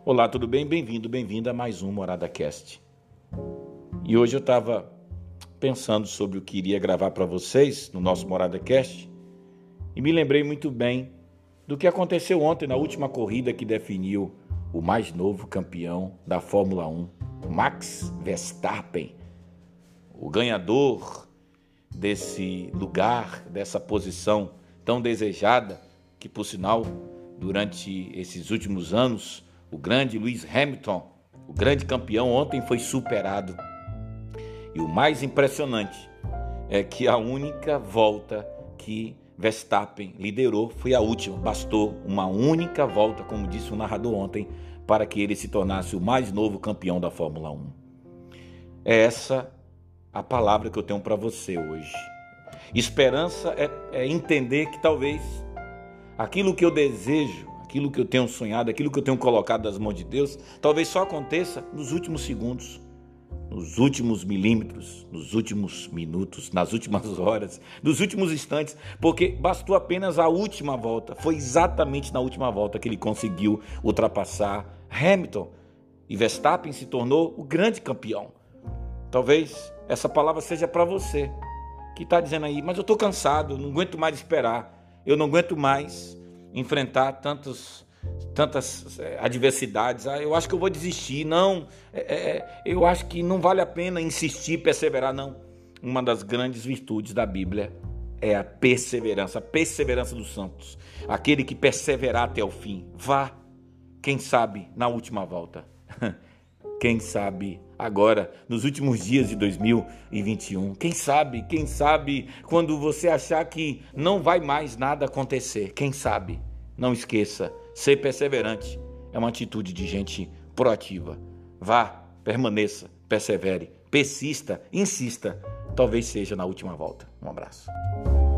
Olá, tudo bem? Bem-vindo, bem-vinda a mais um Morada Cast. E hoje eu estava pensando sobre o que iria gravar para vocês no nosso Morada Cast e me lembrei muito bem do que aconteceu ontem na última corrida que definiu o mais novo campeão da Fórmula 1, Max Verstappen, o ganhador desse lugar, dessa posição tão desejada que, por sinal, durante esses últimos anos, o grande Lewis Hamilton, o grande campeão, ontem foi superado. E o mais impressionante é que a única volta que Verstappen liderou foi a última. Bastou uma única volta, como disse o narrador ontem, para que ele se tornasse o mais novo campeão da Fórmula 1. É essa a palavra que eu tenho para você hoje. Esperança é entender que talvez aquilo que eu desejo, aquilo que eu tenho sonhado, aquilo que eu tenho colocado nas mãos de Deus, talvez só aconteça nos últimos segundos, nos últimos milímetros, nos últimos minutos, nas últimas horas, nos últimos instantes, porque bastou apenas a última volta. Foi exatamente na última volta que ele conseguiu ultrapassar Hamilton e Verstappen se tornou o grande campeão. Talvez essa palavra seja para você que está dizendo aí, mas eu estou cansado, não aguento mais esperar, eu não aguento mais enfrentar tantas adversidades. Eu acho que eu vou desistir. Não, eu acho que não vale a pena insistir, perseverar. Não. Uma das grandes virtudes da Bíblia é a perseverança dos santos. Aquele que perseverar até o fim. Vá, quem sabe, na última volta. Quem sabe agora, nos últimos dias de 2021. Quem sabe, quando você achar que não vai mais nada acontecer. Quem sabe, não esqueça, ser perseverante é uma atitude de gente proativa. Vá, permaneça, persevere, persista, insista. Talvez seja na última volta. Um abraço.